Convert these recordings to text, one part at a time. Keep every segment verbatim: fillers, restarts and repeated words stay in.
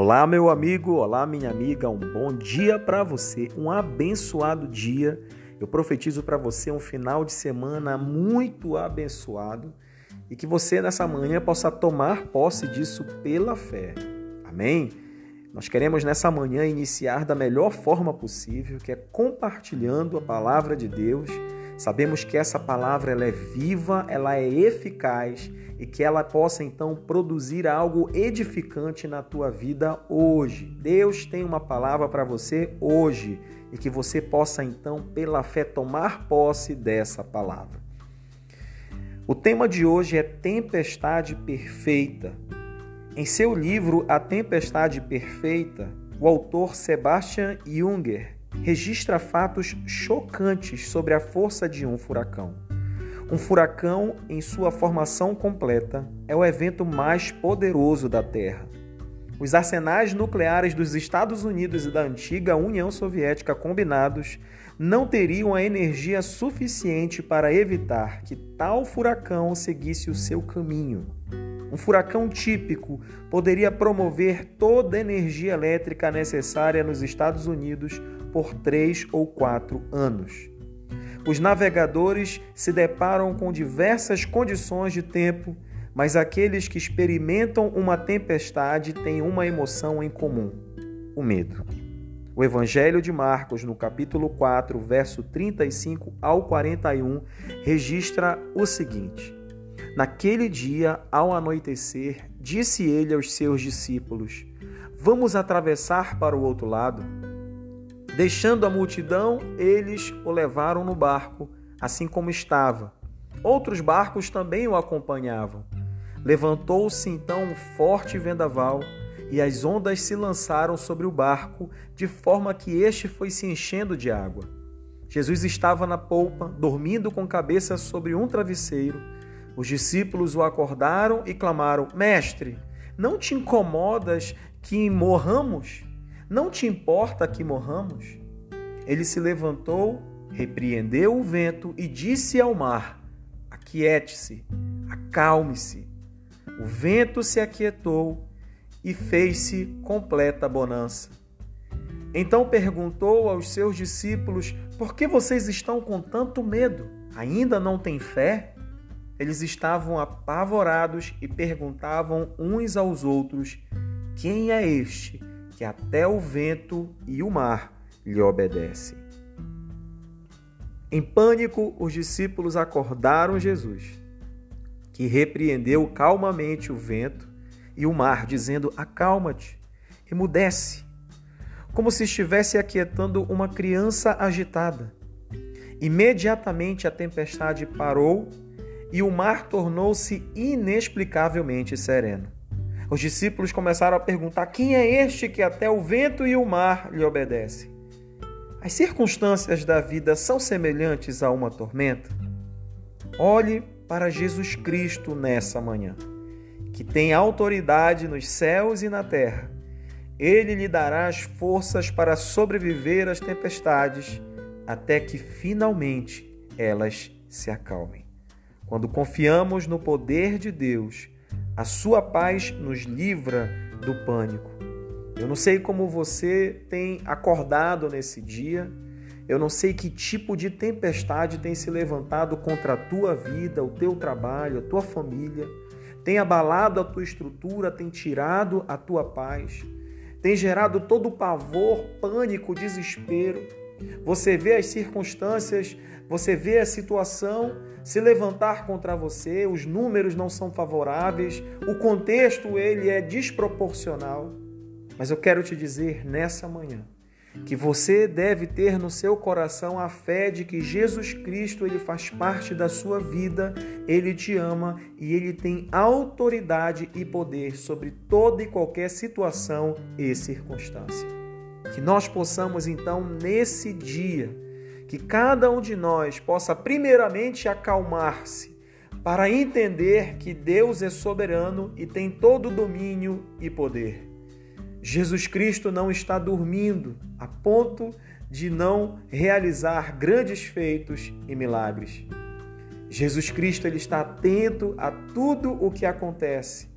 Olá, meu amigo, olá, minha amiga, um bom dia para você, um abençoado dia. Eu profetizo para você um final de semana muito abençoado e que você nessa manhã possa tomar posse disso pela fé. Amém? Nós queremos nessa manhã iniciar da melhor forma possível, que é compartilhando a palavra de Deus. Sabemos que essa palavra ela é viva, ela é eficaz e que ela possa então produzir algo edificante na tua vida hoje. Deus tem uma palavra para você hoje e que você possa então pela fé tomar posse dessa palavra. O tema de hoje é Tempestade Perfeita. Em seu livro A Tempestade Perfeita, o autor Sebastian Junger registra fatos chocantes sobre a força de um furacão. Um furacão, em sua formação completa, é o evento mais poderoso da Terra. Os arsenais nucleares dos Estados Unidos e da antiga União Soviética combinados não teriam a energia suficiente para evitar que tal furacão seguisse o seu caminho. Um furacão típico poderia promover toda a energia elétrica necessária nos Estados Unidos por três ou quatro anos. Os navegadores se deparam com diversas condições de tempo, mas aqueles que experimentam uma tempestade têm uma emoção em comum: o medo. O Evangelho de Marcos, no capítulo quatro, verso trinta e cinco ao quarenta e um, registra o seguinte: Naquele dia, ao anoitecer, disse ele aos seus discípulos: Vamos atravessar para o outro lado. Deixando a multidão, eles o levaram no barco, assim como estava. Outros barcos também o acompanhavam. Levantou-se então um forte vendaval, e as ondas se lançaram sobre o barco, de forma que este foi se enchendo de água. Jesus estava na polpa, dormindo com a cabeça sobre um travesseiro. Os discípulos o acordaram e clamaram: Mestre, não te incomodas que morramos? Não te importa que morramos? Ele se levantou, repreendeu o vento e disse ao mar: Aquiete-se, acalme-se. O vento se aquietou e fez-se completa bonança. Então perguntou aos seus discípulos: Por que vocês estão com tanto medo? Ainda não têm fé? Eles estavam apavorados e perguntavam uns aos outros: Quem é este que até o vento e o mar lhe obedecem? Em pânico, os discípulos acordaram Jesus, que repreendeu calmamente o vento e o mar, dizendo: Acalma-te, emudece, como se estivesse aquietando uma criança agitada. Imediatamente a tempestade parou e o mar tornou-se inexplicavelmente sereno. Os discípulos começaram a perguntar: Quem é este que até o vento e o mar lhe obedecem? As circunstâncias da vida são semelhantes a uma tormenta? Olhe para Jesus Cristo nessa manhã, que tem autoridade nos céus e na terra. Ele lhe dará as forças para sobreviver às tempestades, até que finalmente elas se acalmem. Quando confiamos no poder de Deus, a sua paz nos livra do pânico. Eu não sei como você tem acordado nesse dia, eu não sei que tipo de tempestade tem se levantado contra a tua vida, o teu trabalho, a tua família, tem abalado a tua estrutura, tem tirado a tua paz, tem gerado todo o pavor, pânico, desespero. Você vê as circunstâncias, você vê a situação se levantar contra você, os números não são favoráveis, o contexto ele é desproporcional. Mas eu quero te dizer nessa manhã que você deve ter no seu coração a fé de que Jesus Cristo ele faz parte da sua vida, ele te ama e ele tem autoridade e poder sobre toda e qualquer situação e circunstância. Que nós possamos então nesse dia, que cada um de nós possa primeiramente acalmar-se para entender que Deus é soberano e tem todo o domínio e poder. Jesus Cristo não está dormindo a ponto de não realizar grandes feitos e milagres. Jesus Cristo ele está atento a tudo o que acontece.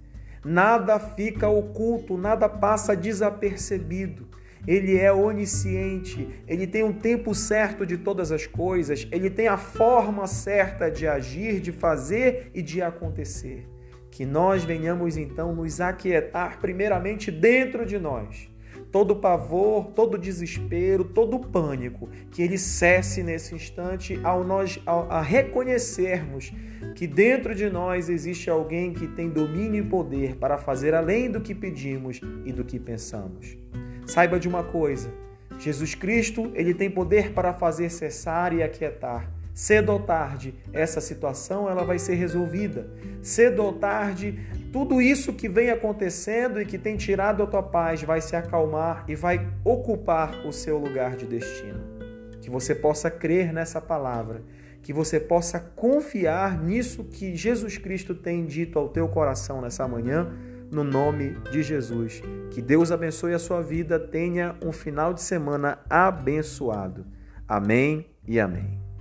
Nada fica oculto, nada passa desapercebido. Ele é onisciente, ele tem um tempo certo de todas as coisas, ele tem a forma certa de agir, de fazer e de acontecer. Que nós venhamos então nos aquietar primeiramente dentro de nós. Todo pavor, todo desespero, todo pânico, que ele cesse nesse instante ao nós ao, a reconhecermos que dentro de nós existe alguém que tem domínio e poder para fazer além do que pedimos e do que pensamos. Saiba de uma coisa, Jesus Cristo, ele tem poder para fazer cessar e aquietar. Cedo ou tarde, essa situação ela vai ser resolvida. Cedo ou tarde, tudo isso que vem acontecendo e que tem tirado a tua paz vai se acalmar e vai ocupar o seu lugar de destino. Que você possa crer nessa palavra, que você possa confiar nisso que Jesus Cristo tem dito ao teu coração nessa manhã, no nome de Jesus. Que Deus abençoe a sua vida, tenha um final de semana abençoado. Amém e amém.